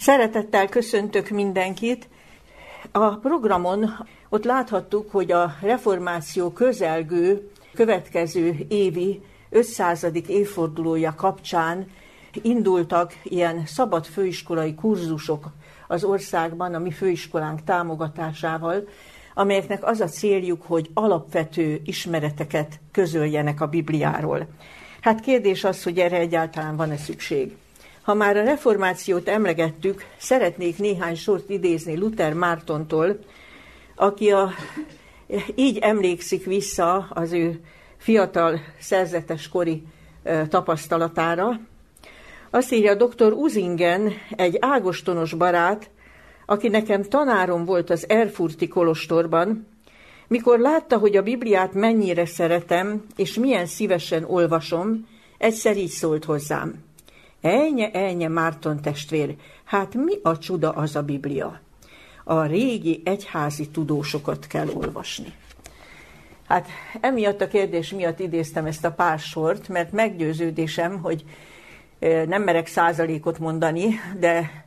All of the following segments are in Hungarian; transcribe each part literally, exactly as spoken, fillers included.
Szeretettel köszöntök mindenkit. A programon ott láthattuk, hogy a reformáció közelgő, következő évi ötszázadik évfordulója kapcsán indultak ilyen szabad főiskolai kurzusok az országban, a mi főiskolánk támogatásával, amelyeknek az a céljuk, hogy alapvető ismereteket közöljenek a Bibliáról. Hát kérdés az, hogy erre egyáltalán van-e szükség. Ha már a reformációt emlegettük, szeretnék néhány sort idézni Luther Mártontól, aki a, így emlékszik vissza az ő fiatal szerzetes kori tapasztalatára. Azt írja, doktor Usingen, egy ágostonos barát, aki nekem tanárom volt az Erfurti kolostorban, mikor látta, hogy a Bibliát mennyire szeretem, és milyen szívesen olvasom, egyszer így szólt hozzám. Elnye, elnye, Márton testvér, hát mi a csuda az a Biblia? A régi egyházi tudósokat kell olvasni. Hát emiatt a kérdés miatt idéztem ezt a pár sort, mert meggyőződésem, hogy nem merek százalékot mondani, de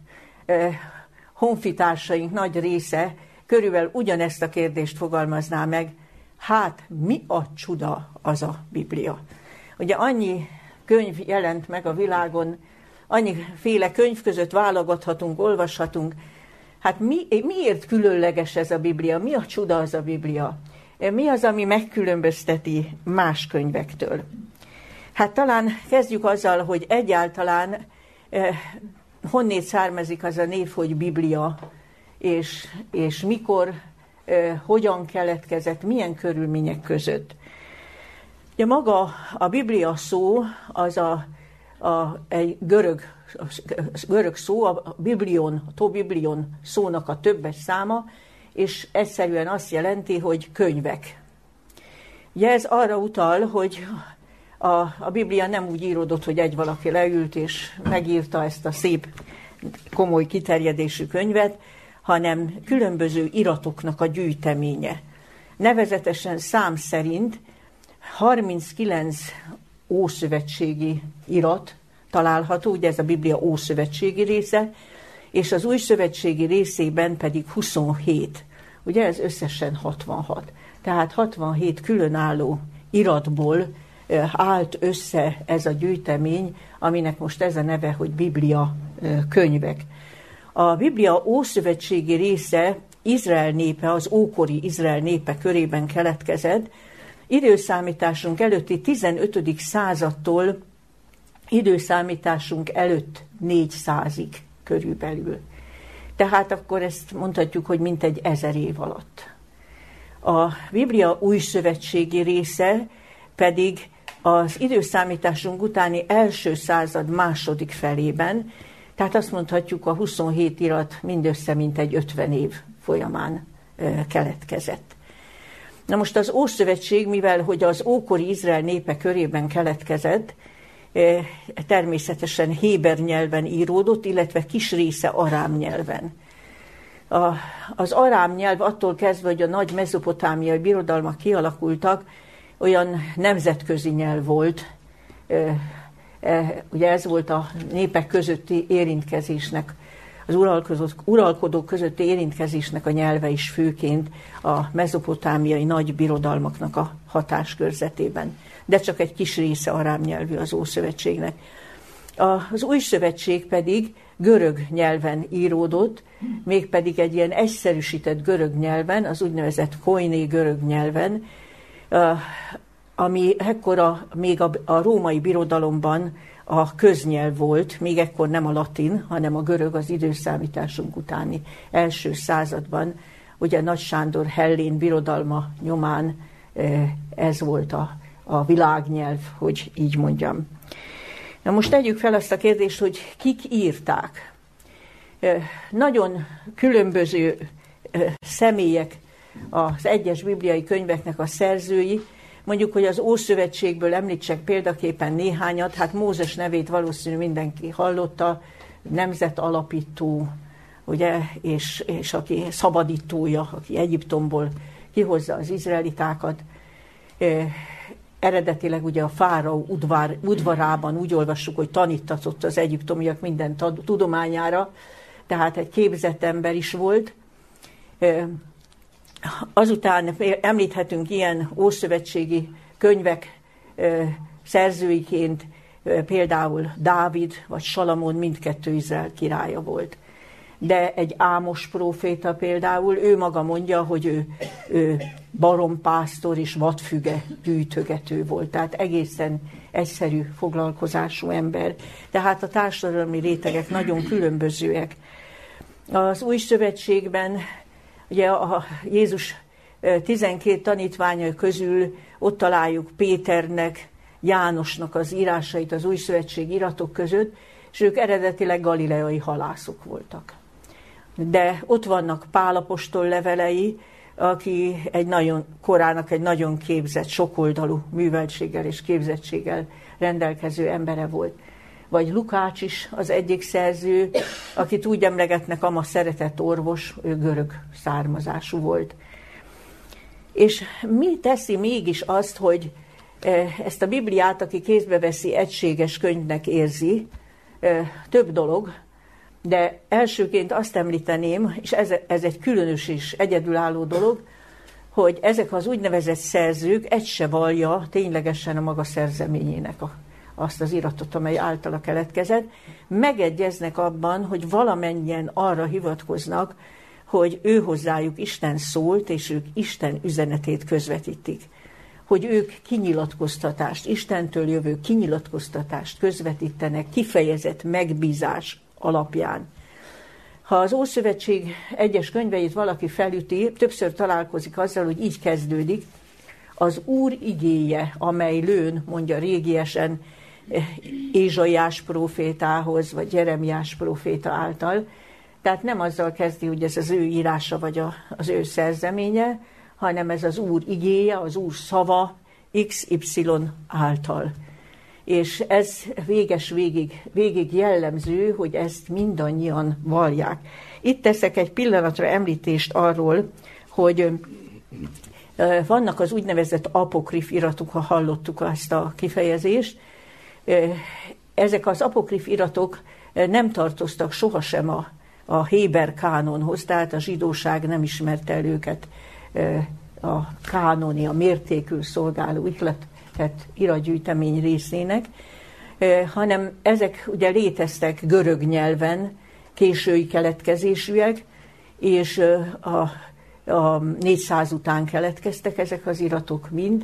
honfitársaink nagy része körülbelül ugyanezt a kérdést fogalmazná meg, hát mi a csuda az a Biblia? Ugye annyi könyv jelent meg a világon, annyiféle könyv között válogathatunk, olvashatunk. Hát mi, miért különleges ez a Biblia? Mi a csuda az a Biblia? Mi az, ami megkülönbözteti más könyvektől? Hát talán kezdjük azzal, hogy egyáltalán eh, honnét származik az a név, hogy Biblia, és, és mikor, eh, hogyan keletkezett, milyen körülmények között. Ugye maga a Biblia szó, az a, a, egy görög, görög szó, a biblion, a to biblion szónak a többes száma, és egyszerűen azt jelenti, hogy könyvek. Ugye ez arra utal, hogy a, a Biblia nem úgy íródott, hogy egy valaki leült és megírta ezt a szép, komoly kiterjedésű könyvet, hanem különböző iratoknak a gyűjteménye. Nevezetesen szám szerint harminckilenc ószövetségi irat található, ugye ez a Biblia ószövetségi része, és az új szövetségi részében pedig huszonhét. Ugye ez összesen hatvanhat. Tehát hatvanhét különálló iratból állt össze ez a gyűjtemény, aminek most ez a neve, hogy Biblia könyvek. A Biblia ószövetségi része Izrael népe, az ókori Izrael népe körében keletkezett, időszámításunk előtti tizenötödik századtól időszámításunk előtt négyszázig körülbelül. Tehát akkor ezt mondhatjuk, hogy mintegy ezer év alatt. A Biblia új szövetségi része pedig az időszámításunk utáni első század második felében, tehát azt mondhatjuk, a huszonhét irat mindössze mintegy ötven év folyamán keletkezett. Na most az Ószövetség, mivel hogy az ókori Izrael népe körében keletkezett, természetesen héber nyelven íródott, illetve kis része arám nyelven. A, az arám nyelv attól kezdve, hogy a nagy mezopotámiai birodalmak kialakultak, olyan nemzetközi nyelv volt. Ugye ez volt a népek közötti érintkezésnek, az uralkodók közötti érintkezésnek a nyelve is főként a mezopotámiai nagy birodalmaknak a hatáskörzetében. De csak egy kis része arám nyelvű az Ószövetségnek. Az Új Szövetség pedig görög nyelven íródott, mégpedig egy ilyen egyszerűsített görög nyelven, az úgynevezett koiné görög nyelven, ami ekkor a, még a, a római birodalomban a köznyelv volt, még ekkor nem a latin, hanem a görög az időszámításunk utáni első században. Ugye Nagy Sándor hellén birodalma nyomán ez volt a, a világnyelv, hogy így mondjam. Na most tegyük fel azt a kérdést, hogy kik írták. Nagyon különböző személyek az egyes bibliai könyveknek a szerzői. Mondjuk, hogy az Ószövetségből említsek példaképpen néhányat, hát Mózes nevét valószínű mindenki hallotta, nemzetalapító, ugye, és, és aki szabadítója, aki Egyiptomból kihozza az izraelitákat. E, eredetileg ugye a fáraó udvar, udvarában úgy olvassuk, hogy tanítatott az egyiptomiak minden tudományára, tehát egy képzett ember is volt. Azután említhetünk ilyen ószövetségi könyvek szerzőiként, például Dávid vagy Salamon, mindkettő Izrael királya volt. De egy Ámos próféta például, ő maga mondja, hogy ő, ő barompásztor és vadfüge gyűjtögető volt, tehát egészen egyszerű foglalkozású ember. Tehát a társadalmi rétegek nagyon különbözőek. Az Új Szövetségben ugye a Jézus tizenkét tanítványa közül ott találjuk Péternek, Jánosnak az írásait az Új Szövetség iratok között, és ők eredetileg galileai halászok voltak. De ott vannak Pál apostol levelei, aki egy nagyon, korának egy nagyon képzett, sokoldalú műveltséggel és képzettséggel rendelkező embere volt. Vagy Lukács is az egyik szerző, akit úgy emlegetnek, ama szeretett orvos, ő görög származású volt. És mi teszi mégis azt, hogy ezt a Bibliát, aki kézbe veszi, egységes könyvnek érzi? Több dolog, de elsőként azt említeném, és ez, ez egy különös és egyedülálló dolog, hogy ezek az úgynevezett szerzők egy se vallja ténylegesen a maga szerzeményének a, azt az iratot, amely általa keletkezett, megegyeznek abban, hogy valamennyien arra hivatkoznak, hogy ő hozzájuk Isten szólt, és ők Isten üzenetét közvetítik. Hogy ők kinyilatkoztatást, Istentől jövő kinyilatkoztatást közvetítenek kifejezett megbízás alapján. Ha az Ószövetség egyes könyveit valaki felüti, többször találkozik azzal, hogy így kezdődik: az Úr igéje, amely lőn, mondja régiesen Ézsaiás prófétához, vagy Jeremiás próféta által. Tehát nem azzal kezdi, hogy ez az ő írása, vagy a, az ő szerzeménye, hanem ez az Úr igéje, az Úr szava iksz ipszilon által. És ez véges végig, végig jellemző, hogy ezt mindannyian vallják. Itt teszek egy pillanatra említést arról, hogy vannak az úgynevezett apokrif iratok, ha hallottuk ezt a kifejezést. Ezek az apokrif iratok nem tartoztak sohasem a, a héber kánonhoz, tehát a zsidóság nem ismerte el őket a kánoni, a mértékül szolgáló ihletet iratgyűjtemény részének, hanem ezek ugye léteztek görög nyelven, késői keletkezésűek, és a, a négyszáz után keletkeztek ezek az iratok mind,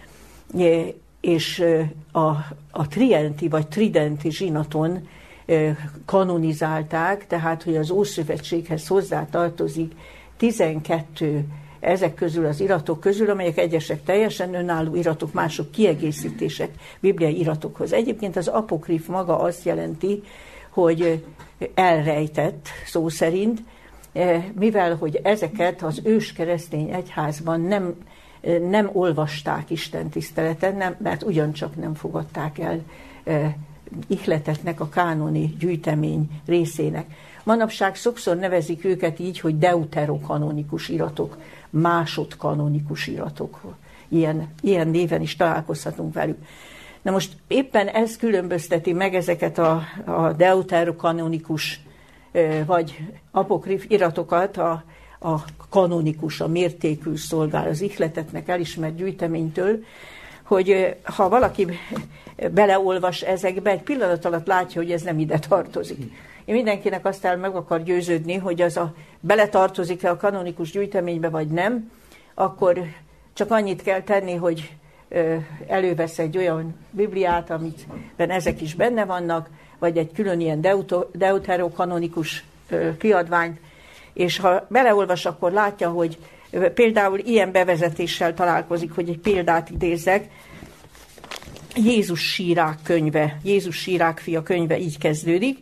és a, a trienti vagy tridenti zsinaton kanonizálták, tehát hogy az Ószövetséghez hozzá tartozik tizenkettő ezek közül az iratok közül, amelyek egyesek teljesen önálló iratok, mások kiegészítések bibliai iratokhoz. Egyébként az apokrif maga azt jelenti, hogy elrejtett, szó szerint, mivel hogy ezeket az ős keresztény egyházban nem, nem olvasták Isten tiszteleten, nem, mert ugyancsak nem fogadták el ihletetnek, a kánoni gyűjtemény részének. Manapság sokszor nevezik őket így, hogy deuterokanonikus iratok, másodkanonikus iratok. Ilyen, ilyen néven is találkozhatunk velük. Na most éppen ez különbözteti meg ezeket a, a deuterokanonikus vagy apokrif iratokat a, a kanonikus, a mértékül szolgál, az ihletetnek elismert gyűjteménytől, hogy ha valaki beleolvas ezekbe, egy pillanat alatt látja, hogy ez nem ide tartozik. Én mindenkinek aztán meg akar győződni, hogy az a beletartozik-e a kanonikus gyűjteménybe, vagy nem, akkor csak annyit kell tenni, hogy elővesz egy olyan Bibliát, amiben ezek is benne vannak, vagy egy külön ilyen deuterokanonikus kiadványt, és ha beleolvas, akkor látja, hogy például ilyen bevezetéssel találkozik, hogy egy példát idézzek. Jézus sírák könyve, Jézus sírák fia könyve így kezdődik.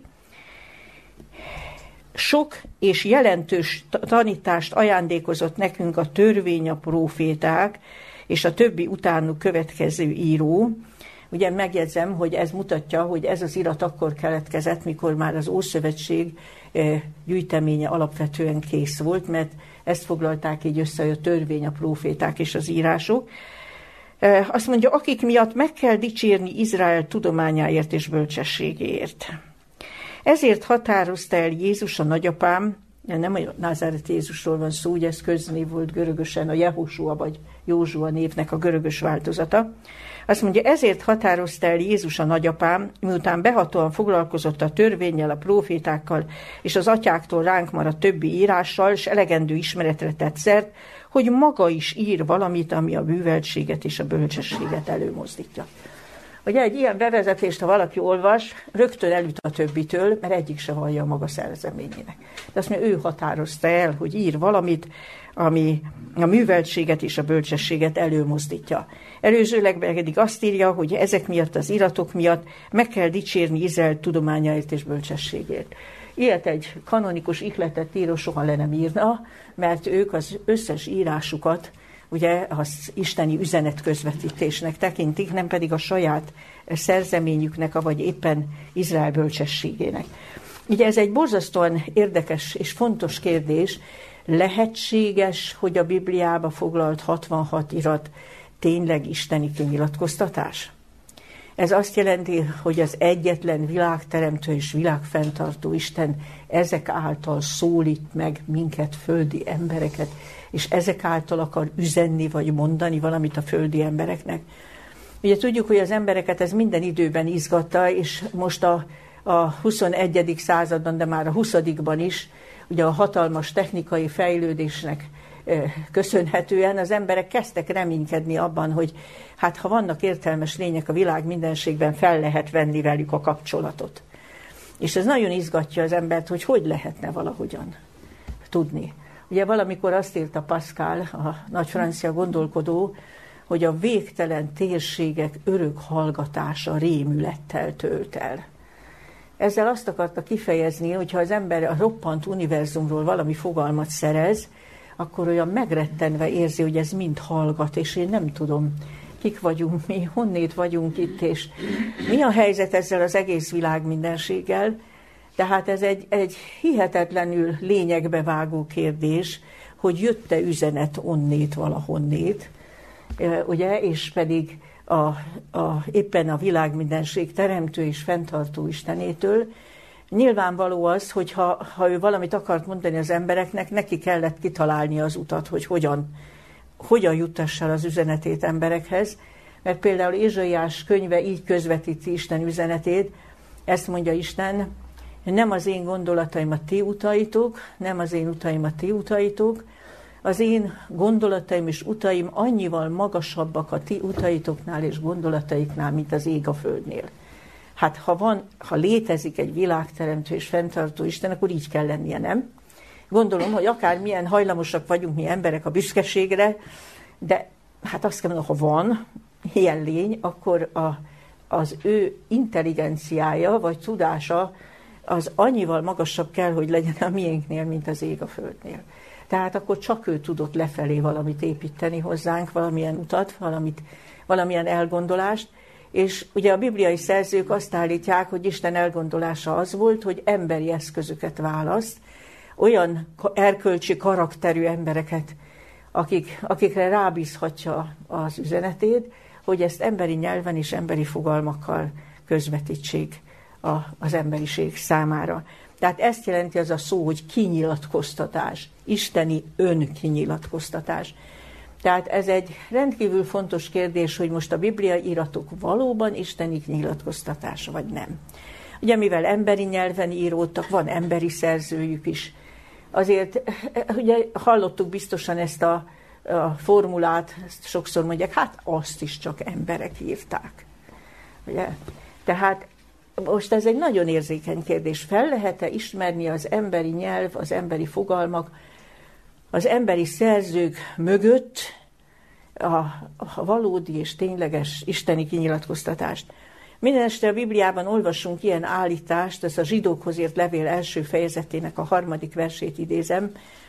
Sok és jelentős tanítást ajándékozott nekünk a törvény, a próféták és a többi utánuk következő író. Ugye megjegyzem, hogy ez mutatja, hogy ez az irat akkor keletkezett, mikor már az Ószövetség gyűjteménye alapvetően kész volt, mert ezt foglalták így össze, a törvény, a próféták és az írások. Azt mondja, akik miatt meg kell dicsérni Izrael tudományáért és bölcsességéért. Ezért határozta el Jézus, a nagyapám, nem a názáreti Jézusról van szó, ugye ez köznév volt görögösen, a Jehósua vagy Józsua névnek a görögös változata. Azt mondja, ezért határozta el Jézus, a nagyapám, miután behatóan foglalkozott a törvénnyel, a prófétákkal és az atyáktól ránk maradt többi írással, és elegendő ismeretre tett szert, hogy maga is ír valamit, ami a műveltséget és a bölcsességet előmozdítja. Ugye egy ilyen bevezetést, ha valaki olvas, rögtön elüt a többitől, mert egyik se vallja a maga szerzeményének. De azt mondja, ő határozta el, hogy ír valamit, ami a műveltséget és a bölcsességet előmozdítja. Előzőleg pedig azt írja, hogy ezek miatt, az iratok miatt meg kell dicsérni Izrael tudományait és bölcsességét. Ilyet egy kanonikus ihletet író soha le nem írna, mert ők az összes írásukat ugye az isteni üzenetközvetítésnek tekintik, nem pedig a saját szerzeményüknek, vagy éppen Izrael bölcsességének. Ugye ez egy borzasztóan érdekes és fontos kérdés. Lehetséges, hogy a Bibliába foglalt hatvanhat irat tényleg isteni kinyilatkoztatás? Ez azt jelenti, hogy az egyetlen világteremtő és világfenntartó Isten ezek által szólít meg minket, földi embereket, és ezek által akar üzenni vagy mondani valamit a földi embereknek. Ugye tudjuk, hogy az embereket ez minden időben izgatta, és most a, a huszonegyedik században, de már a huszadikban is, ugye a hatalmas technikai fejlődésnek köszönhetően az emberek kezdtek reménykedni abban, hogy hát ha vannak értelmes lények a világ mindenségben, fel lehet venni velük a kapcsolatot. És ez nagyon izgatja az embert, hogy hogy lehetne valahogyan tudni. Ugye valamikor azt írta Pascal, a nagy francia gondolkodó, hogy a végtelen térségek örök hallgatása rémülettel tölt el. Ezzel azt akarta kifejezni, hogyha az ember a roppant univerzumról valami fogalmat szerez, akkor olyan megrettenve érzi, hogy ez mind hallgat, és én nem tudom, kik vagyunk mi, honnét vagyunk itt, és mi a helyzet ezzel az egész világ mindenséggel. Tehát ez egy, egy hihetetlenül lényegbe vágó kérdés, hogy jött-e üzenet onnét valahonnét, ugye, és pedig a, a, éppen a világ mindenség teremtő és fenntartó Istenétől. Nyilvánvaló az, hogy ha, ha ő valamit akart mondani az embereknek, neki kellett kitalálni az utat, hogy hogyan, hogyan juttassa az üzenetét emberekhez, mert például Ézsaiás könyve így közvetíti Isten üzenetét, ezt mondja Isten, nem az én gondolataim a ti utaitok, nem az én utaim a ti utaitok, az én gondolataim és utaim annyival magasabbak a ti utaitoknál és gondolataiknál, mint az ég a földnél. Hát ha van, ha létezik egy világteremtő és fenntartó Isten, akkor így kell lennie, nem? Gondolom, hogy akármilyen hajlamosak vagyunk mi emberek a büszkeségre, de hát azt kell mondani, ha van ilyen lény, akkor a, az ő intelligenciája vagy tudása az annyival magasabb kell, hogy legyen a miénknél, mint az ég a földnél. Tehát akkor csak ő tudott lefelé valamit építeni hozzánk, valamilyen utat, valamit, valamilyen elgondolást, és ugye a bibliai szerzők azt állítják, hogy Isten elgondolása az volt, hogy emberi eszközöket választ, olyan erkölcsi karakterű embereket, akik, akikre rábízhatja az üzenetét, hogy ezt emberi nyelven és emberi fogalmakkal közvetítsék a, az emberiség számára. Tehát ezt jelenti az a szó, hogy kinyilatkoztatás, isteni önkinyilatkoztatás. Tehát ez egy rendkívül fontos kérdés, hogy most a bibliai iratok valóban isteni nyilatkoztatása, vagy nem. Ugye mivel emberi nyelven íródtak, van emberi szerzőjük is. Azért ugye hallottuk biztosan ezt a, a formulát, ezt sokszor mondják, hát azt is csak emberek írták. Ugye? Tehát most ez egy nagyon érzékeny kérdés. Fel lehet-e ismerni az emberi nyelv, az emberi fogalmak, az emberi szerzők mögött a, a valódi és tényleges isteni kinyilatkoztatást? Mindenesetre a Bibliában olvasunk ilyen állítást, ezt a zsidókhoz írt levél első fejezetének a harmadik versét idézem.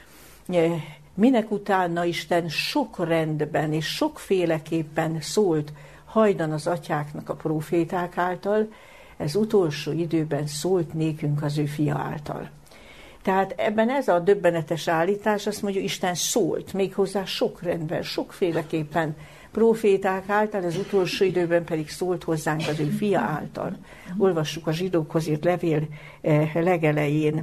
Minek utána Isten sok rendben és sokféleképpen szólt hajdan az atyáknak a próféták által, ez utolsó időben szólt nékünk az ő fia által. Tehát ebben ez a döbbenetes állítás, azt mondja, Isten szólt, méghozzá sok rendben, sokféleképpen próféták által, az utolsó időben pedig szólt hozzánk az ő fia által. Olvassuk a zsidókhoz írt levél legelején.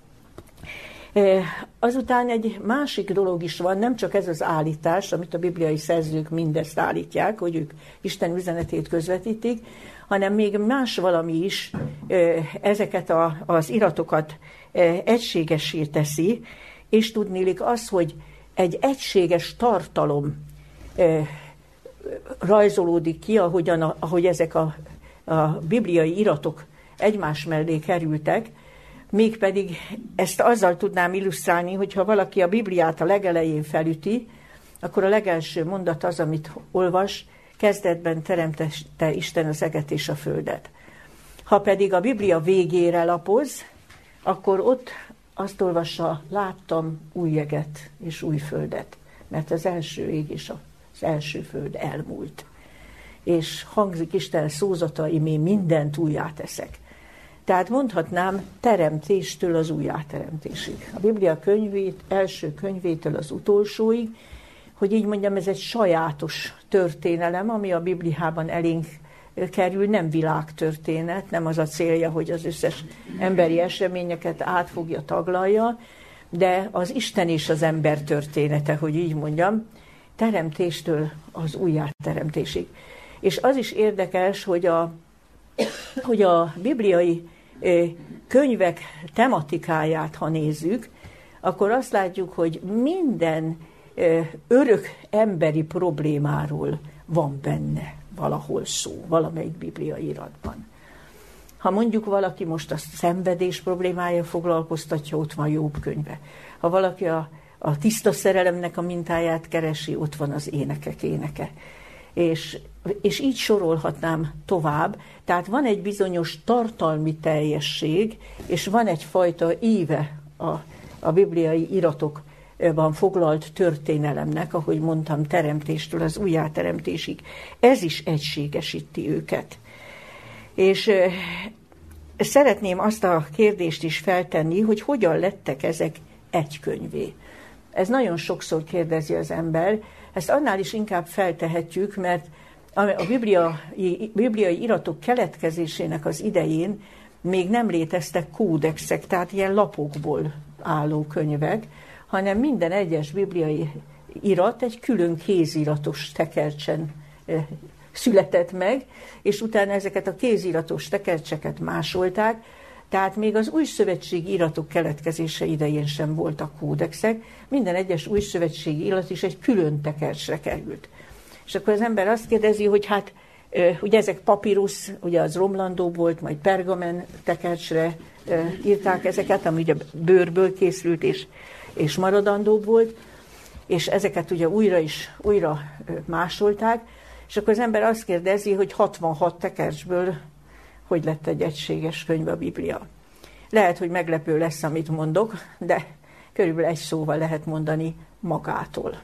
Azután egy másik dolog is van, nem csak ez az állítás, amit a bibliai szerzők mindezt állítják, hogy ők Isten üzenetét közvetítik, hanem még más valami is ezeket a, az iratokat egységessé teszi, és tudniillik az, hogy egy egységes tartalom rajzolódik ki, ahogyan a, ahogy ezek a, a bibliai iratok egymás mellé kerültek, mégpedig ezt azzal tudnám illusztrálni, hogyha valaki a Bibliát a legelején felüti, akkor a legelső mondat az, amit olvas, kezdetben teremtette Isten az eget és a földet. Ha pedig a Biblia végére lapoz, akkor ott azt olvassa, láttam új eget és új földet, mert az első ég és az első föld elmúlt. És hangzik Isten szózata, én mindent újjá teszek. Tehát mondhatnám teremtéstől az újjáteremtésig. A Biblia könyvét, első könyvétől az utolsóig, hogy így mondjam, ez egy sajátos történelem, ami a Bibliában elénk kerül, nem világtörténet, nem az a célja, hogy az összes emberi eseményeket átfogja, taglalja, de az Isten és az ember története, hogy így mondjam, teremtéstől az újjáteremtésig. És az is érdekes, hogy a, hogy a bibliai könyvek tematikáját, ha nézzük, akkor azt látjuk, hogy minden örök emberi problémáról van benne valahol szó, valamelyik bibliai iratban. Ha mondjuk valaki most a szenvedés problémája foglalkoztatja, ott van Jobb könyve. Ha valaki a, a tiszta szerelemnek a mintáját keresi, ott van az énekek éneke. És, és így sorolhatnám tovább. Tehát van egy bizonyos tartalmi teljesség, és van egyfajta íve a, a bibliai iratokban foglalt történelemnek, ahogy mondtam, teremtéstől az újjáteremtésig. Ez is egységesíti őket. És e, szeretném azt a kérdést is feltenni, hogy hogyan lettek ezek egy könyvé. Ez nagyon sokszor kérdezi az ember, ezt annál is inkább feltehetjük, mert a bibliai, bibliai iratok keletkezésének az idején még nem léteztek kódexek, tehát ilyen lapokból álló könyvek, hanem minden egyes bibliai irat egy külön kéziratos tekercsen született meg, és utána ezeket a kéziratos tekercseket másolták, tehát még az újszövetségi iratok keletkezése idején sem voltak kódexek, minden egyes újszövetségi irat is egy külön tekercsre került. És akkor az ember azt kérdezi, hogy hát ugye ezek papírusz, ugye az romlandó volt, majd pergamen tekercsre írták ezeket, ami ugye bőrből készült és, és maradandó volt, és ezeket ugye újra is újra másolták, és akkor az ember azt kérdezi, hogy hatvanhat tekercsből hogy lett egy egységes könyv a Biblia. Lehet, hogy meglepő lesz, amit mondok, de körülbelül egy szóval lehet mondani, magától.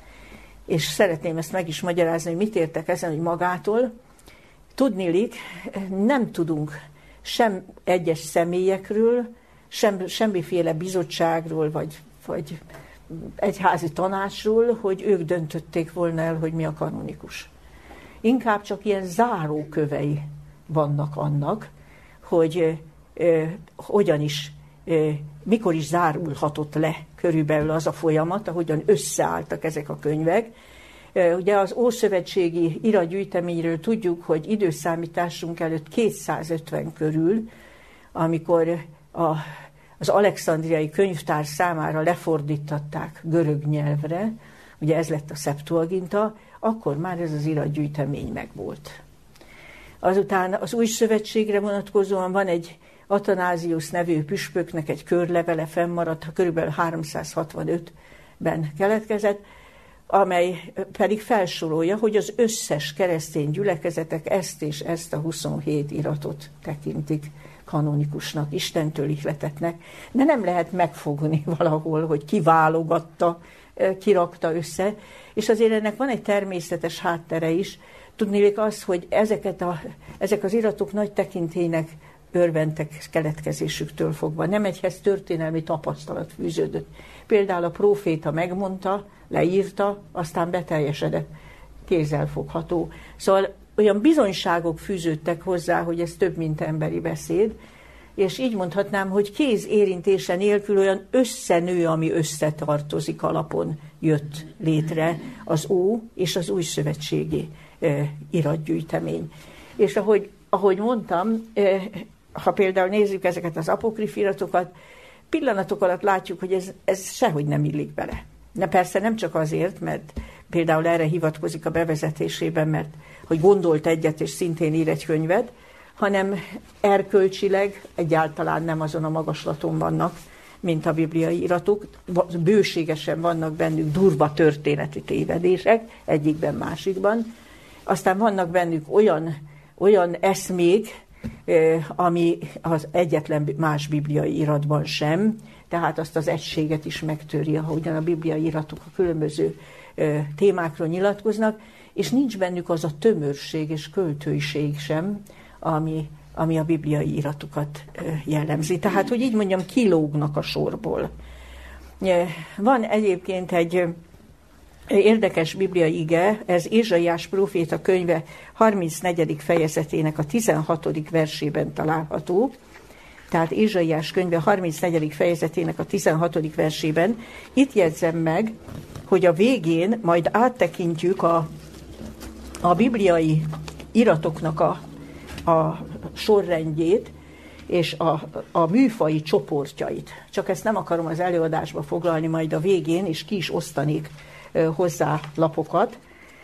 És szeretném ezt meg is magyarázni, hogy mit értek ezen, hogy magától. Tudniillik, nem tudunk sem egyes személyekről, sem, semmiféle bizottságról, vagy, vagy egyházi tanácsról, hogy ők döntötték volna el, hogy mi a kanonikus. Inkább csak ilyen zárókövei vannak annak, hogy eh, hogyan is, eh, mikor is zárulhatott le körülbelül az a folyamat, ahogyan összeálltak ezek a könyvek. Eh, ugye az ószövetségi iratgyűjteményről tudjuk, hogy időszámításunk előtt kétszázötven körül, amikor a, az alexandriai könyvtár számára lefordítatták görög nyelvre, ugye ez lett a Septuaginta, akkor már ez az iratgyűjtemény megvolt. Azután az új szövetségre vonatkozóan van egy Atanáziusz nevű püspöknek egy körlevele fennmaradt, körülbelül háromszázhatvanötben keletkezett, amely pedig felsorolja, hogy az összes keresztény gyülekezetek ezt és ezt a huszonhét iratot tekintik kanonikusnak, Istentől ihletetnek, de nem lehet megfogni valahol, hogy kiválogatta, kirakta össze, és azért ennek van egy természetes háttere is. Tudniillik az, hogy ezeket a, ezek az iratok nagy tekintélynek örventek keletkezésüktől fogva. Nem egyhez történelmi tapasztalat fűződött. Például a próféta megmondta, leírta, aztán beteljesedett. kézzelfogható. Szóval olyan bizonyságok fűződtek hozzá, hogy ez több, mint emberi beszéd, és így mondhatnám, hogy kéz érintése nélkül olyan összenő, ami összetartozik alapon jött létre az Ó és az Új Szövetségi iratgyűjtemény. És ahogy, ahogy mondtam, ha például nézzük ezeket az apokrif iratokat, pillanatok alatt látjuk, hogy ez, ez sehogy nem illik bele. De persze nem csak azért, mert például erre hivatkozik a bevezetésében, mert hogy gondolt egyet, és szintén ír egy könyvet, hanem erkölcsileg egyáltalán nem azon a magaslaton vannak, mint a bibliai iratok. Bőségesen vannak bennük durva történeti tévedések, egyikben, másikban. Aztán vannak bennük olyan, olyan eszmék, ami az egyetlen más bibliai iratban sem, tehát azt az egységet is megtöri, ahogyan a bibliai iratok a különböző témákról nyilatkoznak, és nincs bennük az a tömörség és költőiség sem, ami, ami a bibliai iratokat jellemzi. Tehát, hogy így mondjam, kilógnak a sorból. Van egyébként egy érdekes bibliai ige, ez Ézsaiás próféta könyve harmincnegyedik fejezetének a tizenhatodik versében található. Tehát Ézsaiás könyve harmincnegyedik fejezetének a tizenhatodik versében. Itt jegyzem meg, hogy a végén majd áttekintjük a, a bibliai iratoknak a, a sorrendjét és a, a műfai csoportjait. Csak ezt nem akarom az előadásba foglalni, majd a végén, és ki is osztanék hozzá lapokat.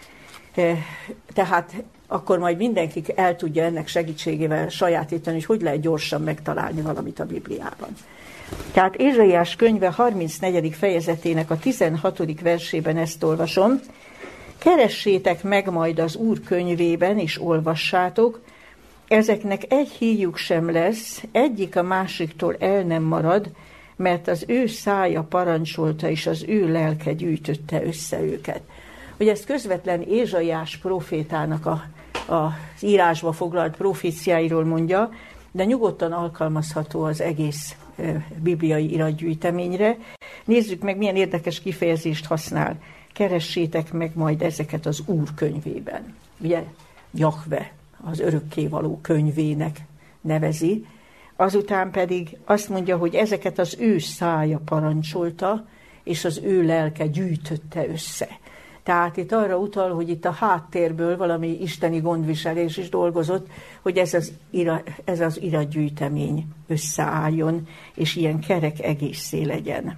Tehát akkor majd mindenki el tudja ennek segítségével sajátítani, hogy hogy lehet gyorsan megtalálni valamit a Bibliában. Tehát Ézsaiás könyve harmincnegyedik fejezetének a tizenhatodik versében ezt olvasom. Keressétek meg majd az Úr könyvében, és olvassátok, ezeknek egy híjuk sem lesz, egyik a másiktól el nem marad, mert az ő szája parancsolta, és az ő lelke gyűjtötte össze őket. Hogy ezt közvetlen Ézsaiás profétának a, a, az írásba foglalt proféciáiról mondja, de nyugodtan alkalmazható az egész e, bibliai iratgyűjteményre. Nézzük meg, milyen érdekes kifejezést használ. Keressétek meg majd ezeket az Úr könyvében. Ugye Jahve az örökkévaló könyvének nevezi. Azután pedig azt mondja, hogy ezeket az ő szája parancsolta, és az ő lelke gyűjtötte össze. Tehát itt arra utal, hogy itt a háttérből valami isteni gondviselés is dolgozott, hogy ez az, ira, ez az iratgyűjtemény összeálljon, és ilyen kerek egészé legyen.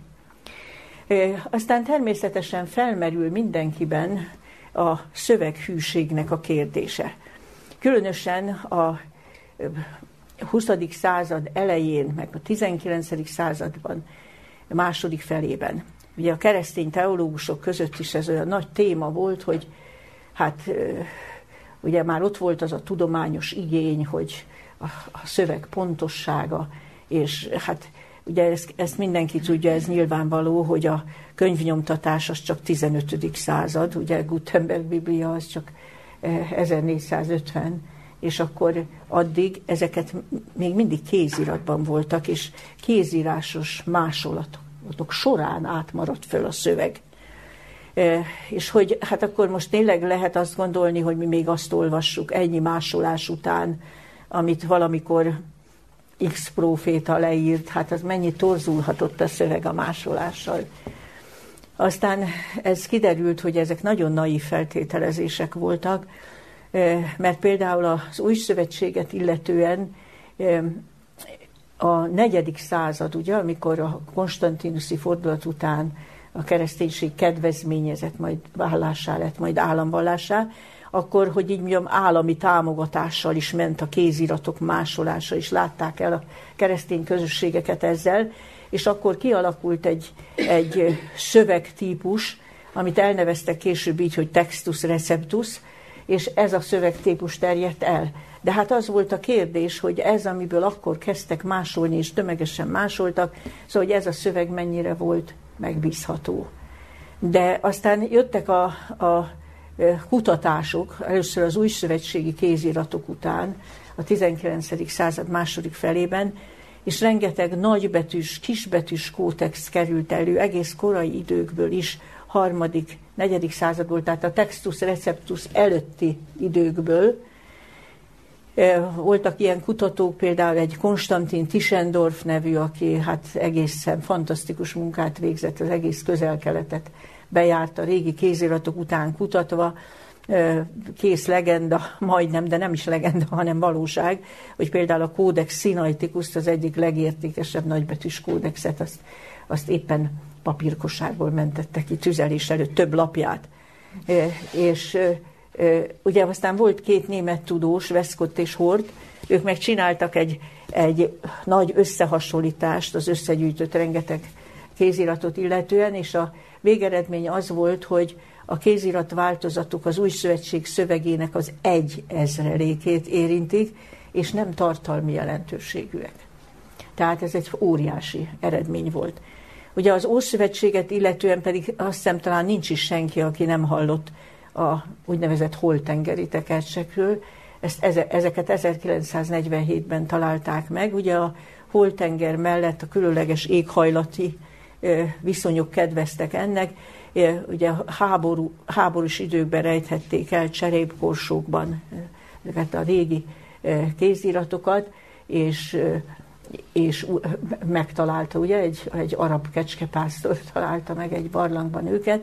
E, aztán természetesen felmerül mindenkiben a szöveghűségnek a kérdése. Különösen a huszadik század elején, meg a tizenkilencedik században, a második felében. Ugye a keresztény teológusok között is ez olyan nagy téma volt, hogy hát ugye már ott volt az a tudományos igény, hogy a, a szöveg pontossága, és hát ugye ezt, ezt mindenki tudja, ez nyilvánvaló, hogy a könyvnyomtatás az csak tizenötödik század, ugye Gutenberg Biblia az csak ezernégyszázötven, és akkor addig ezeket még mindig kéziratban voltak, és kézírásos másolatok során átmaradt föl a szöveg. E, és hogy hát akkor most tényleg lehet azt gondolni, hogy mi még azt olvassuk ennyi másolás után, amit valamikor X próféta leírt, hát az mennyi torzulhatott a szöveg a másolással. Aztán ez kiderült, hogy ezek nagyon naív feltételezések voltak, mert például az Új Szövetséget illetően a negyedik század, ugye, amikor a konstantinuszi fordulat után a kereszténység kedvezményezett, majd vállásá lett, majd államvallásá, akkor, hogy így mondjam, állami támogatással is ment a kéziratok másolása, és látták el a keresztény közösségeket ezzel, és akkor kialakult egy, egy szövegtípus, amit elneveztek később így, hogy textus receptus, és ez a szövegtípus terjedt el. De hát az volt a kérdés, hogy ez, amiből akkor kezdtek másolni, és tömegesen másoltak, szóval hogy ez a szöveg mennyire volt megbízható. De aztán jöttek a, a kutatások, először az új szövetségi kéziratok után, a tizenkilencedik század második felében, és rengeteg nagybetűs, kisbetűs kódex került elő, egész korai időkből is, harmadik, negyedik századból, tehát a Textus Receptus előtti időkből. Voltak ilyen kutatók, például egy Konstantin Tischendorf nevű, aki hát egészen fantasztikus munkát végzett, az egész Közel-Keletet bejárta, régi kéziratok után kutatva, kész legenda, majdnem, de nem is legenda, hanem valóság, hogy például a Codex Sinaiticus, az egyik legértékesebb nagybetűs kódexet, azt, azt éppen papírkosárból mentette ki tüzelés előtt több lapját. És ugye aztán volt két német tudós, Westcott és Hort, ők meg csináltak egy, egy nagy összehasonlítást, az összegyűjtött rengeteg kéziratot illetően, és a végeredmény az volt, hogy a kézirat változatok az új szövetség szövegének az egy ezrelékét érintik, és nem tartalmi jelentőségűek. Tehát ez egy óriási eredmény volt. Ugye az Ószövetséget illetően pedig azt hiszem talán nincs is senki, aki nem hallott a úgynevezett holtengeri tekercsekről. Ezt, ezeket ezerkilencszáznegyvenhétben találták meg. Ugye a holtenger mellett a különleges éghajlati viszonyok kedveztek ennek. Ugye háború, háborús időkben rejthették el cserépkorsókban ezeket a régi kéziratokat, és, és megtalálta, ugye, egy, egy arab kecskepásztor találta meg egy barlangban őket,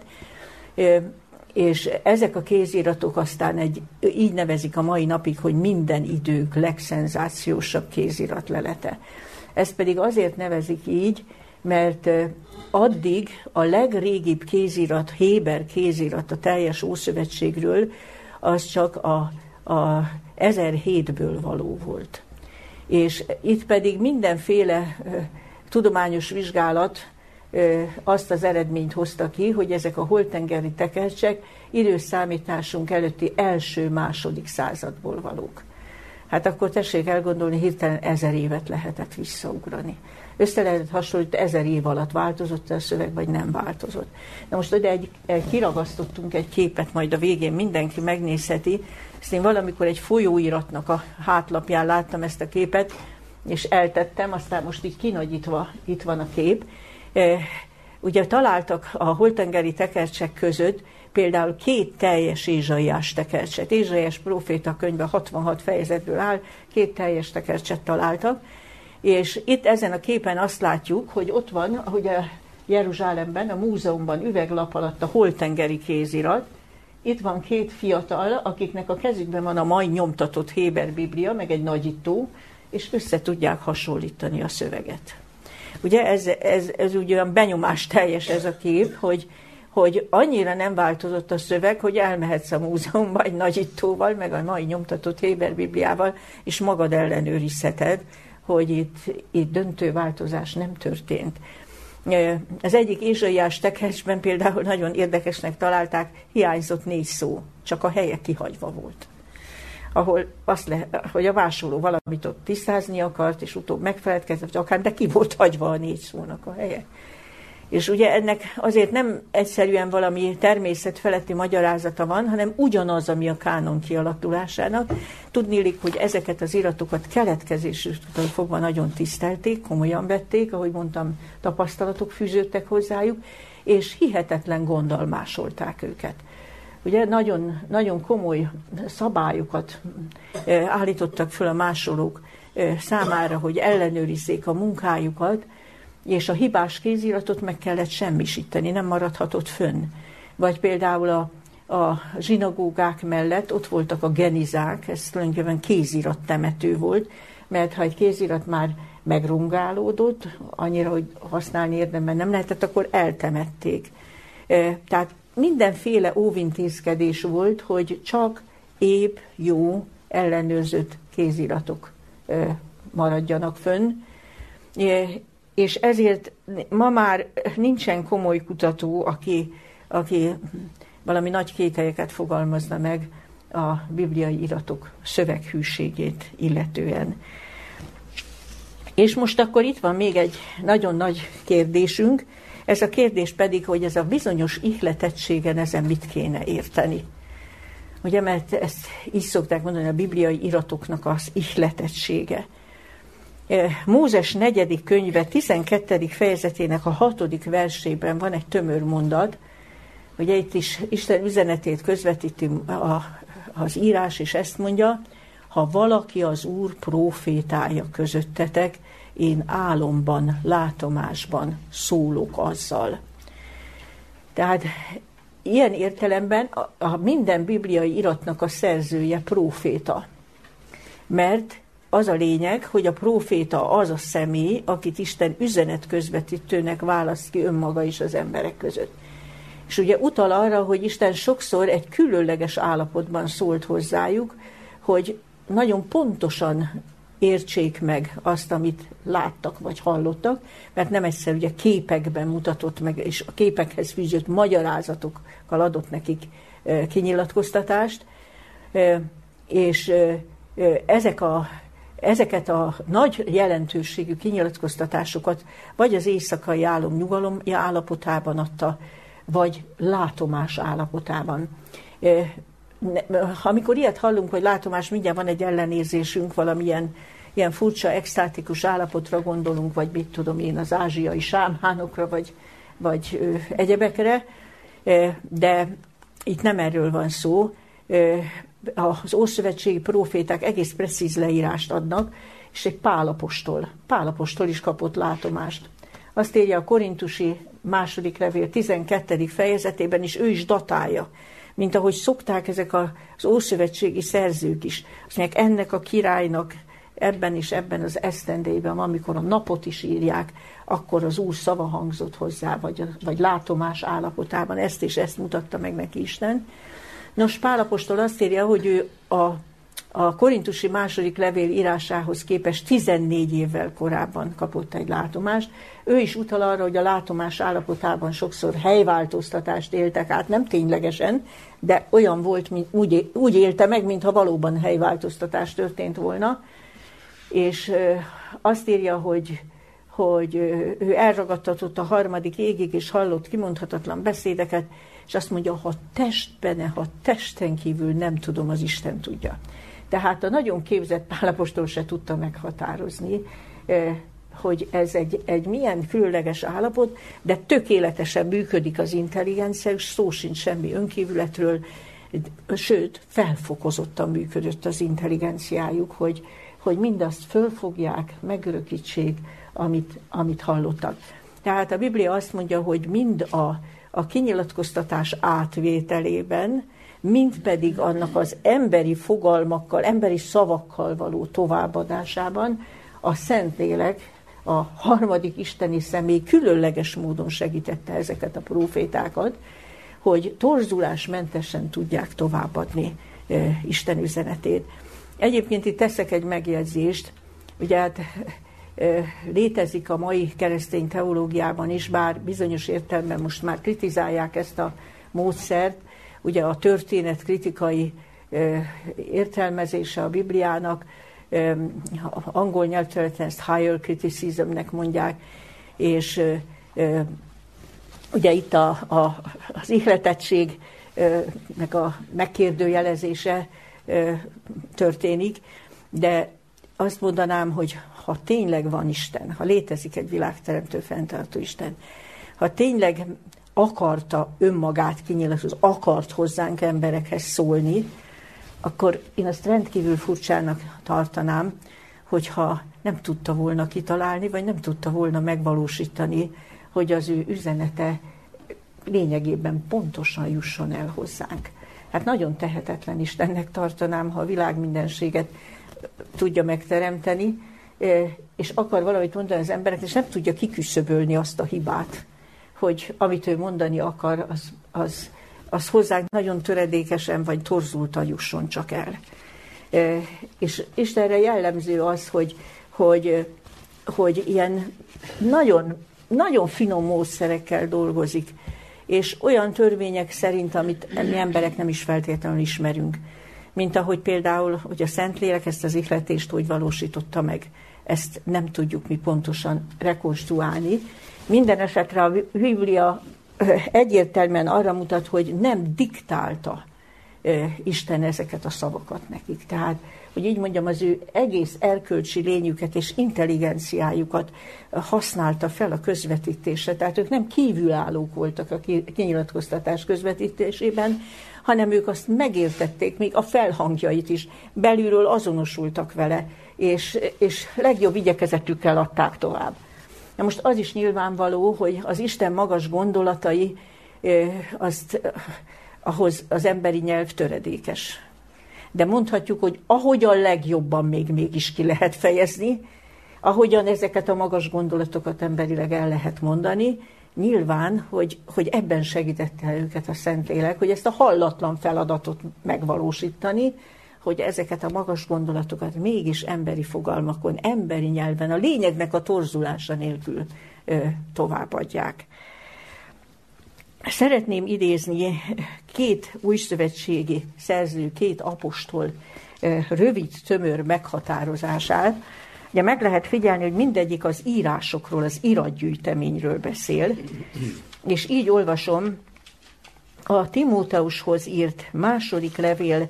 és ezek a kéziratok aztán egy, így nevezik a mai napig, hogy minden idők legszenzációsabb kéziratlelete. Ezt pedig azért nevezik így, mert addig a legrégibb kézirat, Héber kézirat a teljes Ószövetségről, az csak a, a ezerhétből való volt. És itt pedig mindenféle uh, tudományos vizsgálat uh, azt az eredményt hozta ki, hogy ezek a holtengeri tekercsek időszámításunk előtti első-második századból valók. Hát akkor tessék elgondolni, hirtelen ezer évet lehetett visszaugrani. Össze lehetett hasonlítani, ezer év alatt változott a szöveg, vagy nem változott. Na most ide egy, egy, kiragasztottunk egy képet, majd a végén mindenki megnézheti. Ezt én valamikor egy folyóiratnak a hátlapján láttam ezt a képet, és eltettem, aztán most így kinagyítva itt van a kép. E, ugye találtak a holtengeri tekercsek között például két teljes Ézsaiás tekercset. Ézsaiás próféta könyve hatvanhat fejezetből áll, két teljes tekercset találtak. És itt ezen a képen azt látjuk, hogy ott van, ugye Jeruzsálemben, a múzeumban üveglap alatt a holtengeri kézirat. Itt van két fiatal, akiknek a kezükben van a mai nyomtatott Héber Biblia, meg egy nagyító, és össze tudják hasonlítani a szöveget. Ugye ez, ez, ez úgy olyan benyomás teljes ez a kép, hogy, hogy annyira nem változott a szöveg, hogy elmehetsz a múzeumba egy nagyítóval, meg a mai nyomtatott Héber Bibliával, és magad ellenőrizheted, hogy itt, itt döntő változás nem történt. Az egyik Ézsaiás tekercsben például nagyon érdekesnek találták, hiányzott négy szó, csak a helye kihagyva volt. Ahol azt le, hogy a vásárló valamit ott tisztázni akart, és utóbb megfeledkezett, akár, de ki volt hagyva a négy szónak a helye. És ugye ennek azért nem egyszerűen valami természetfeletti magyarázata van, hanem ugyanaz, ami a kánon kialakulásának. Tudniillik, hogy ezeket az iratokat keletkezésüktől fogva nagyon tisztelték, komolyan vették, ahogy mondtam, tapasztalatok fűződtek hozzájuk, és hihetetlen gonddal másolták őket. Ugye nagyon, nagyon komoly szabályokat állítottak föl a másolók számára, hogy ellenőrizzék a munkájukat, és a hibás kéziratot meg kellett semmisíteni, nem maradhatott fönn. Vagy például a, a zsinagógák mellett ott voltak a genizák, ez tulajdonképpen kézirat temető volt, mert ha egy kézirat már megrongálódott, annyira, hogy használni érdemben nem lehetett, akkor eltemették. Tehát mindenféle óvintézkedés volt, hogy csak épp, jó, ellenőrzött kéziratok maradjanak fönn, és ezért ma már nincsen komoly kutató, aki, aki valami nagy kételyeket fogalmazna meg a bibliai iratok szöveghűségét illetően. És most akkor itt van még egy nagyon nagy kérdésünk, ez a kérdés pedig, hogy ez a bizonyos ihletettségen ezen mit kéne érteni. Ugye, mert ezt így szokták mondani, a bibliai iratoknak az ihletettsége. Mózes negyedik könyve tizenkettedik fejezetének a hatodik versében van egy tömör mondat, Ugye itt is Isten üzenetét közvetíti a, az írás, és ezt mondja, ha valaki az Úr prófétája közöttetek, én álomban, látomásban szólok azzal. Tehát ilyen értelemben a, a minden bibliai iratnak a szerzője próféta. Mert az a lényeg, hogy a próféta az a személy, akit Isten üzenet közvetítőnek választ ki önmaga is az emberek között. És ugye utal arra, hogy Isten sokszor egy különleges állapotban szólt hozzájuk, hogy nagyon pontosan értsék meg azt, amit láttak vagy hallottak, mert nem egyszer ugye képekben mutatott meg, és a képekhez fűzött magyarázatokkal adott nekik kinyilatkoztatást, és ezek a, ezeket a nagy jelentőségű kinyilatkoztatásokat vagy az éjszakai álom nyugalom állapotában adta, vagy látomás állapotában. Amikor ilyet hallunk, hogy látomás, mindjárt van egy ellenérzésünk, valamilyen ilyen furcsa, extátikus állapotra gondolunk, vagy mit tudom én, az ázsiai sámánokra, vagy, vagy ö, egyebekre, de itt nem erről van szó. Az ószövetségi próféták egész precíz leírást adnak, és egy Pál apostol, Pál apostol is kapott látomást. Azt írja a korintusi második levél tizenkettedik fejezetében is, ő is datálja, mint ahogy szokták ezek az ószövetségi szerzők is. Azt mondják, ennek a királynak ebben és ebben az esztendében, amikor a napot is írják, akkor az Úr szava hangzott hozzá, vagy, vagy látomás állapotában, ezt és ezt mutatta meg neki Isten. Nos, Pál apostol azt írja, hogy ő a, a korintusi második levél írásához képest tizennégy évvel korábban kapott egy látomást. Ő is utal arra, hogy a látomás állapotában sokszor helyváltoztatást éltek át, nem ténylegesen, de olyan volt, mint, úgy, úgy élte meg, mintha valóban helyváltoztatás történt volna. És azt írja, hogy, hogy ő elragadtatott a harmadik égig, és hallott kimondhatatlan beszédeket, és azt mondja, ha testben, ha testen kívül nem tudom, az Isten tudja. Tehát a nagyon képzett Pál apostol se tudta meghatározni, hogy ez egy, egy milyen különleges állapot, de tökéletesen működik az intelligencia, és szó sincs semmi önkívületről, sőt, felfokozottan működött az intelligenciájuk, hogy, hogy mindazt fölfogják, megörökítsék, amit, amit hallottak. Tehát a Biblia azt mondja, hogy mind a, a kinyilatkoztatás átvételében, mind pedig annak az emberi fogalmakkal, emberi szavakkal való továbbadásában a Szentlélek, a harmadik isteni személy különleges módon segítette ezeket a prófétákat, hogy torzulásmentesen tudják továbbadni e, Isten üzenetét. Egyébként itt teszek egy megjegyzést, ugye hát e, létezik a mai keresztény teológiában is, bár bizonyos értelemben most már kritizálják ezt a módszert, ugye a történet kritikai e, értelmezése a Bibliának, e, angol nyelvterületen ezt higher criticismnek mondják, és e, ugye itt a, a, az ihletettségnek a megkérdőjelezése történik, de azt mondanám, hogy ha tényleg van Isten, ha létezik egy világteremtő, fenntartó Isten, ha tényleg akarta önmagát kinyilatkozni, akart hozzánk emberekhez szólni, akkor én azt rendkívül furcsának tartanám, hogyha nem tudta volna kitalálni, vagy nem tudta volna megvalósítani, hogy az ő üzenete lényegében pontosan jusson el hozzánk. Hát nagyon tehetetlen Istennek tartanám, ha a világ mindenséget tudja megteremteni, és akar valamit mondani az embereknek, és nem tudja kiküszöbölni azt a hibát, hogy amit ő mondani akar, az, az, az hozzánk nagyon töredékesen vagy torzultan jusson csak el. És Istenre jellemző az, hogy, hogy, hogy ilyen nagyon, nagyon finom módszerekkel dolgozik, és olyan törvények szerint, amit mi emberek nem is feltétlenül ismerünk. Mint ahogy például, hogy a Szentlélek ezt az ihletést hogy valósította meg. Ezt nem tudjuk mi pontosan rekonstruálni. Minden esetre a Biblia egyértelműen arra mutat, hogy nem diktálta Isten ezeket a szavakat nekik. Tehát, hogy így mondjam, az ő egész erkölcsi lényüket és intelligenciájukat használta fel a közvetítésre. Tehát ők nem kívülállók voltak a kinyilatkoztatás közvetítésében, hanem ők azt megértették, még a felhangjait is, belülről azonosultak vele, és, és legjobb igyekezetükkel adták tovább. Na most az is nyilvánvaló, hogy az Isten magas gondolatai, azt, ahhoz az emberi nyelv töredékes. De mondhatjuk, hogy ahogyan legjobban még mégis ki lehet fejezni, ahogyan ezeket a magas gondolatokat emberileg el lehet mondani, nyilván, hogy, hogy ebben segítette őket a Szentlélek, hogy ezt a hallatlan feladatot megvalósítani, hogy ezeket a magas gondolatokat mégis emberi fogalmakon, emberi nyelven, a lényegnek a torzulása nélkül ö, továbbadják. Szeretném idézni két újszövetségi szerző, két apostol ö, rövid, tömör meghatározását. Ugye meg lehet figyelni, hogy mindegyik az írásokról, az iratgyűjteményről beszél, és így olvasom a Timóteushoz írt második levél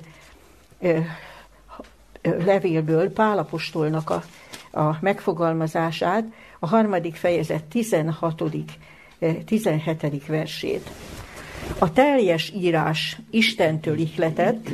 levélből Pál apostolnak a, a megfogalmazását, a harmadik fejezet tizenhatodik tizenhetedik versét. A teljes írás Istentől ihletett,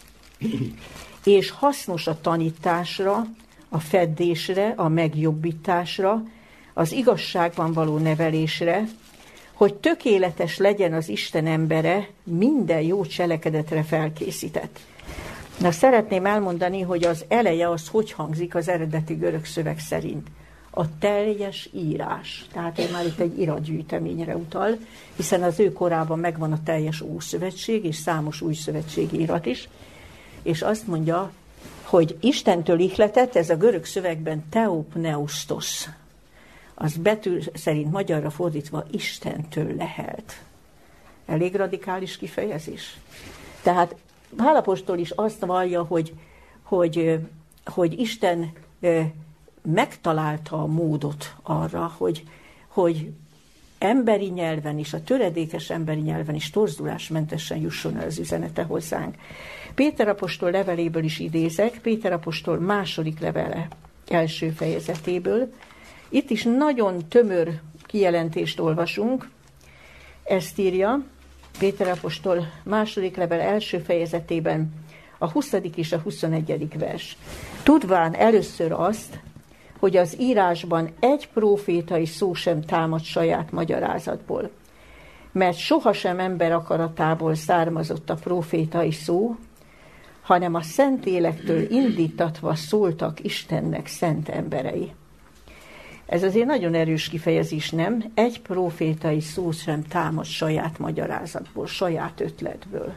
és hasznos a tanításra, a feddésre, a megjobbításra, az igazságban való nevelésre, hogy tökéletes legyen az Isten embere, minden jó cselekedetre felkészített. Na, szeretném elmondani, hogy az eleje az hogy hangzik az eredeti görög szöveg szerint. A teljes írás. Tehát ő már itt egy iratgyűjteményre utal, hiszen az ő korában megvan a teljes Ószövetség, és számos új szövetségi irat is. És azt mondja, hogy Istentől ihletett, ez a görög szövegben theopneustos. Az betű szerint magyarra fordítva Istentől lehelt. Elég radikális kifejezés. Tehát Pál apostol is azt vallja, hogy, hogy, hogy Isten megtalálta a módot arra, hogy, hogy emberi nyelven is, a töredékes emberi nyelven is torzulásmentesen jusson el az üzenete hozzánk. Péter apostol leveléből is idézek, Péter apostol második levele első fejezetéből. Itt is nagyon tömör kijelentést olvasunk. Ezt írja Péter apostol második level első fejezetében a huszadik és a huszonegyedik vers. Tudván először azt, hogy az írásban egy prófétai szó sem támad saját magyarázatból, mert sohasem ember akaratából származott a prófétai szó, hanem a Szentlélektől indítatva szóltak Istennek szent emberei. Ez azért nagyon erős kifejezés, nem? Egy prófétai szó sem támad saját magyarázatból, saját ötletből.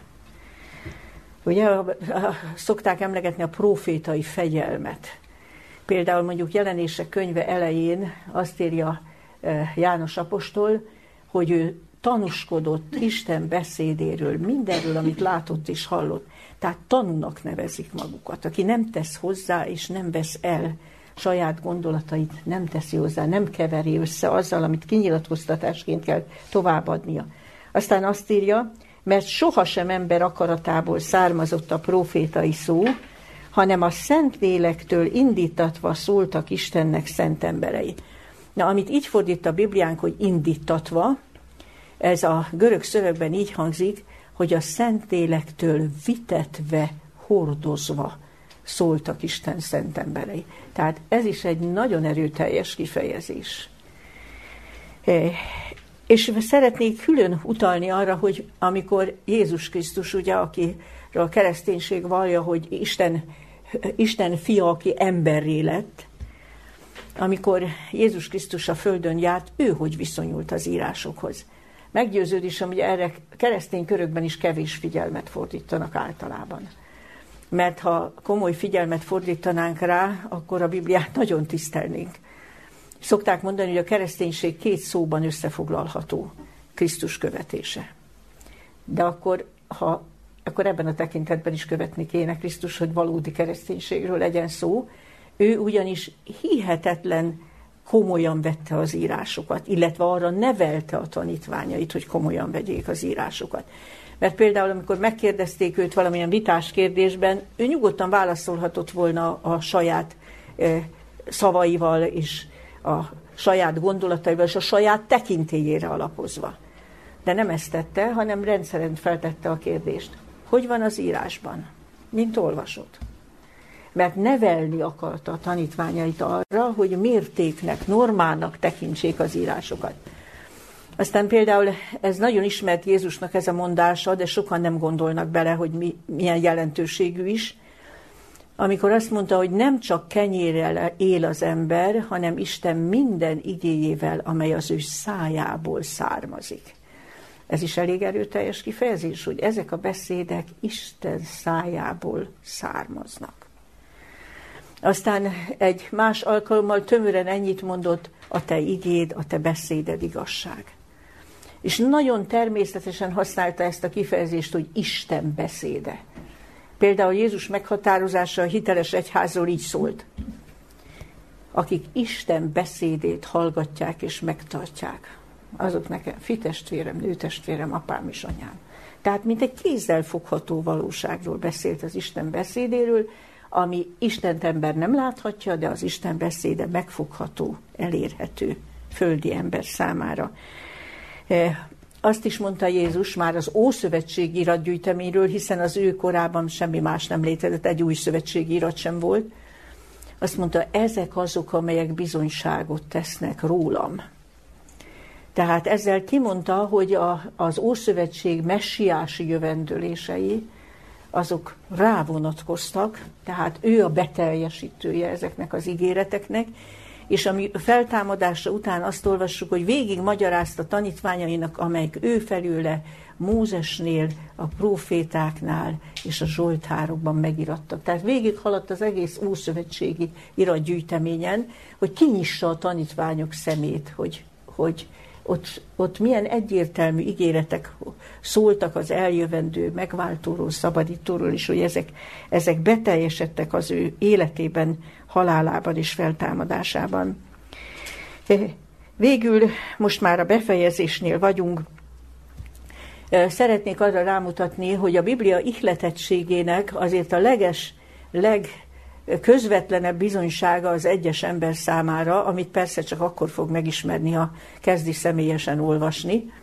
Ugye szokták emlegetni a prófétai fegyelmet. Például mondjuk Jelenések könyve elején azt írja János apostol, hogy ő tanúskodott Isten beszédéről, mindenről, amit látott és hallott. Tehát tanúnak nevezik magukat, aki nem tesz hozzá és nem vesz el saját gondolatait, nem teszi hozzá, nem keveri össze azzal, amit kinyilatkoztatásként kell továbbadnia. Aztán azt írja, mert sohasem ember akaratából származott a prófétai szó, hanem a Szentlélektől indítatva szóltak Istennek szent emberei. Na, amit így fordít a Bibliánk, hogy indítatva, ez a görög szövegben így hangzik, hogy a Szentlélektől vitetve, hordozva szóltak Isten szent emberei. Tehát ez is egy nagyon erőteljes kifejezés. És szeretnék külön utalni arra, hogy amikor Jézus Krisztus, ugye, aki a kereszténység vallja, hogy Isten, Isten fia, aki emberré lett, amikor Jézus Krisztus a földön járt, ő hogy viszonyult az írásokhoz. Meggyőződésem, hogy erre keresztény körökben is kevés figyelmet fordítanak általában. Mert ha komoly figyelmet fordítanánk rá, akkor a Bibliát nagyon tisztelnénk. Szokták mondani, hogy a kereszténység két szóban összefoglalható: Krisztus követése. De akkor, ha, akkor ebben a tekintetben is követni kéne Krisztus, hogy valódi kereszténységről legyen szó. Ő ugyanis hihetetlen komolyan vette az írásokat, illetve arra nevelte a tanítványait, hogy komolyan vegyék az írásokat. Mert például, amikor megkérdezték őt valamilyen vitás kérdésben, ő nyugodtan válaszolhatott volna a saját eh, szavaival és a saját gondolataival és a saját tekintélyére alapozva. De nem ezt tette, hanem rendszerint feltette a kérdést. Hogy van az írásban? Mint olvasod? Mert nevelni akarta a tanítványait arra, hogy mértéknek, normának tekintsék az írásokat. Aztán például ez nagyon ismert Jézusnak ez a mondása, de sokan nem gondolnak bele, hogy mi, milyen jelentőségű is. Amikor azt mondta, hogy nem csak kenyérrel él az ember, hanem Isten minden igéjével, amely az ő szájából származik. Ez is elég erőteljes kifejezés, hogy ezek a beszédek Isten szájából származnak. Aztán egy más alkalommal tömören ennyit mondott, a te igéd, a te beszéded igazság. És nagyon természetesen használta ezt a kifejezést, hogy Isten beszéde. Például Jézus meghatározása a hiteles egyházról így szólt. Akik Isten beszédét hallgatják és megtartják, azok nekem fitestvérem, nőtestvérem, apám és anyám. Tehát mint egy kézzel fogható valóságról beszélt az Isten beszédéről, ami Istent ember nem láthatja, de az Isten beszéde megfogható, elérhető földi ember számára. Azt is mondta Jézus már az Ószövetségi iratgyűjteményről, hiszen az ő korában semmi más nem létezett, egy új szövetségi irat sem volt. Azt mondta, ezek azok, amelyek bizonyságot tesznek rólam. Tehát ezzel kimondta, hogy a, az Ószövetség messiási jövendőlései, azok rávonatkoztak, tehát ő a beteljesítője ezeknek az ígéreteknek, és ami feltámadása után azt olvassuk, hogy végig magyarázta tanítványainak, amelyek ő felőle Mózesnél, a prófétáknál és a zsoltárokban megirattak. Tehát végig haladt az egész ószövetségi iratgyűjteményen, hogy kinyissa a tanítványok szemét, hogy, hogy ott, ott milyen egyértelmű ígéretek szóltak az eljövendő megváltóról, szabadítóról is, hogy ezek, ezek beteljesedtek az ő életében, halálában és feltámadásában. Végül most már a befejezésnél vagyunk. Szeretnék arra rámutatni, hogy a Biblia ihletettségének azért a leges, legközvetlenebb bizonysága az egyes ember számára, amit persze csak akkor fog megismerni, ha kezdi személyesen olvasni.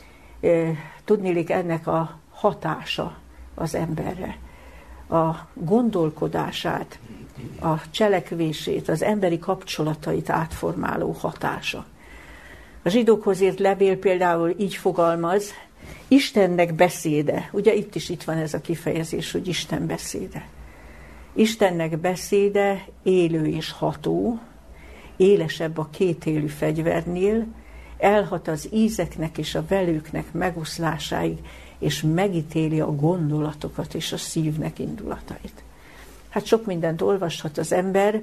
Tudniillik ennek a hatása az emberre, a gondolkodását, a cselekvését, az emberi kapcsolatait átformáló hatása. A zsidókhoz írt levél például így fogalmaz, Istennek beszéde, ugye itt is itt van ez a kifejezés, hogy Isten beszéde. Istennek beszéde élő és ható, élesebb a kétélű fegyvernél, elhat az ízeknek és a velőknek megoszlásáig, és megítéli a gondolatokat és a szívnek indulatait. Hát sok mindent olvashat az ember,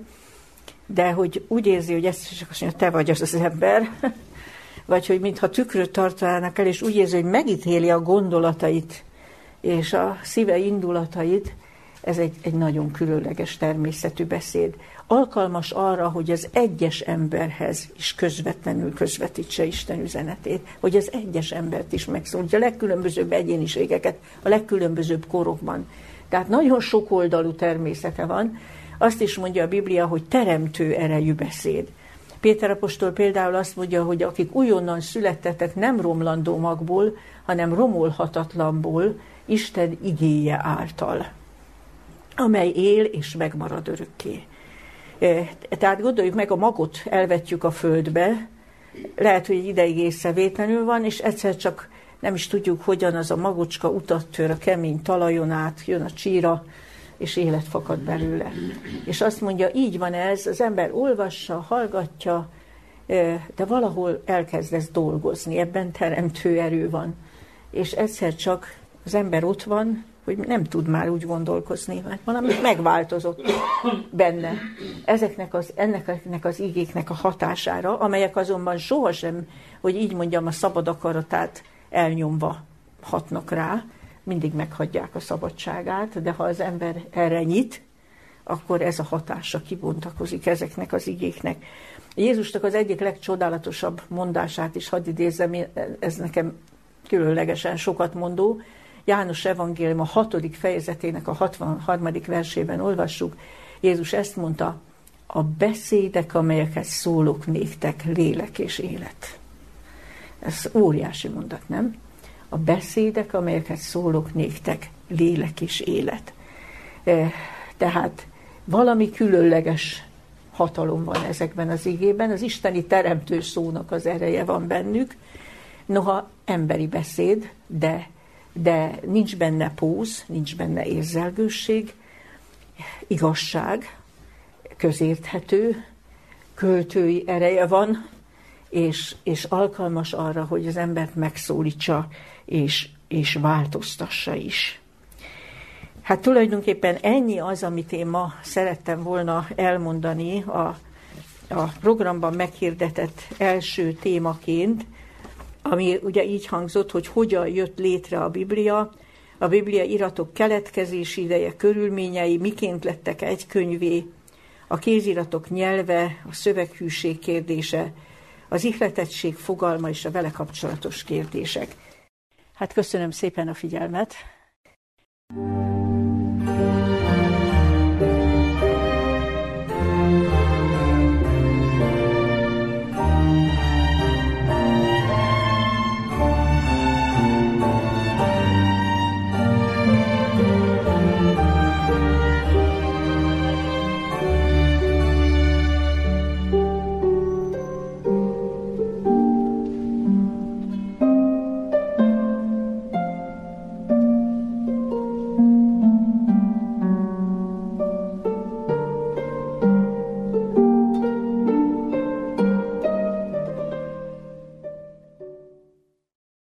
de hogy úgy érzi, hogy ezt csak azt mondja, te vagy az az ember, vagy hogy mintha tükröt tartanának el, és úgy érzi, hogy megítéli a gondolatait és a szíve indulatait, ez egy, egy nagyon különleges természetű beszéd. Alkalmas arra, hogy az egyes emberhez is közvetlenül közvetítse Isten üzenetét, hogy az egyes embert is megszólítja, a legkülönbözőbb egyéniségeket, a legkülönbözőbb korokban. Tehát nagyon sokoldalú természete van. Azt is mondja a Biblia, hogy teremtő erejű beszéd. Péter apostol például azt mondja, hogy akik újonnan születtetek nem romlandó magból, hanem romolhatatlanból, Isten igéje által, amely él és megmarad örökké. Tehát gondoljuk meg, a magot elvetjük a földbe, lehet, hogy egy ideig észrevétlenül van, és egyszer csak nem is tudjuk, hogyan az a magocska utat tör a kemény talajon át, jön a csíra, és élet fakad belőle. És azt mondja, így van ez, az ember olvassa, hallgatja, de valahol elkezdesz dolgozni, ebben teremtő erő van. És egyszer csak az ember ott van, hogy nem tud már úgy gondolkozni, mert valami megváltozott benne. Ezeknek az, ennek, ennek az igéknek a hatására, amelyek azonban sohasem, hogy így mondjam, a szabad akaratát elnyomva hatnak rá, mindig meghagyják a szabadságát, de ha az ember erre nyit, akkor ez a hatása kibontakozik ezeknek az igéknek. Jézusnak az egyik legcsodálatosabb mondását is hadd idézzem, ez nekem különlegesen sokat mondó. János evangélium a hatodik fejezetének a hatvanharmadik versében olvassuk. Jézus ezt mondta: a beszédek, amelyeket szólok néktek, lélek és élet. Ez óriási mondat, nem? A beszédek, amelyeket szólok néktek, lélek és élet. Tehát valami különleges hatalom van ezekben az igében, az isteni teremtő szónak az ereje van bennük, noha emberi beszéd, de, de nincs benne póz, nincs benne érzelgősség, igazság, közérthető, költői ereje van, és, és alkalmas arra, hogy az embert megszólítsa, és, és változtassa is. Hát tulajdonképpen ennyi az, amit én ma szerettem volna elmondani a, a programban meghirdetett első témaként, ami ugye így hangzott, hogy hogyan jött létre a Biblia, a Biblia iratok keletkezési ideje, körülményei, miként lettek egy könyvé, a kéziratok nyelve, a szöveghűség kérdése, az ihletettség fogalma és a vele kapcsolatos kérdések. Hát köszönöm szépen a figyelmet!